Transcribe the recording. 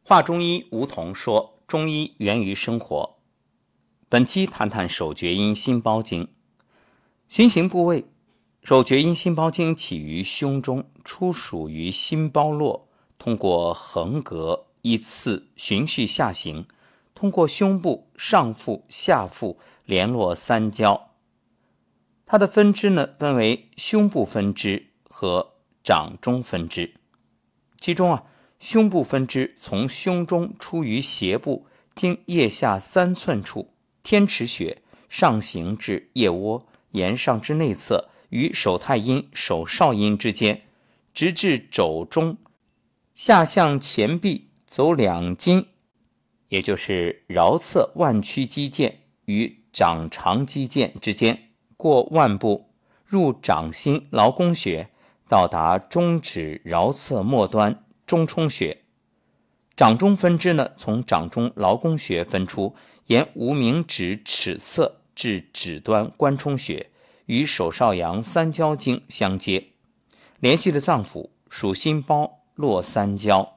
华中医吴桐说，中医源于生活。本期谈谈手厥阴心包经。循行部位，手厥阴心包经起于胸中，出属于心包络，通过横膈依次循序下行，通过胸部、上腹、下腹联络三焦。它的分支分为胸部分支和掌中分支。其中胸部分支从胸中出于胁部，经腋下3寸处天池穴上行至腋窝，沿上至内侧，于手太阴、手少阴之间，直至肘中，下向前臂，走2筋，也就是桡侧腕屈肌腱与掌长肌腱之间，过腕部，入掌心劳宫穴，到达中指桡侧末端中冲穴。掌中分支从掌中劳宫穴分出，沿无名指尺侧至指端关冲穴，与手少阳三焦经相接。联系的脏腑属心包、络三焦。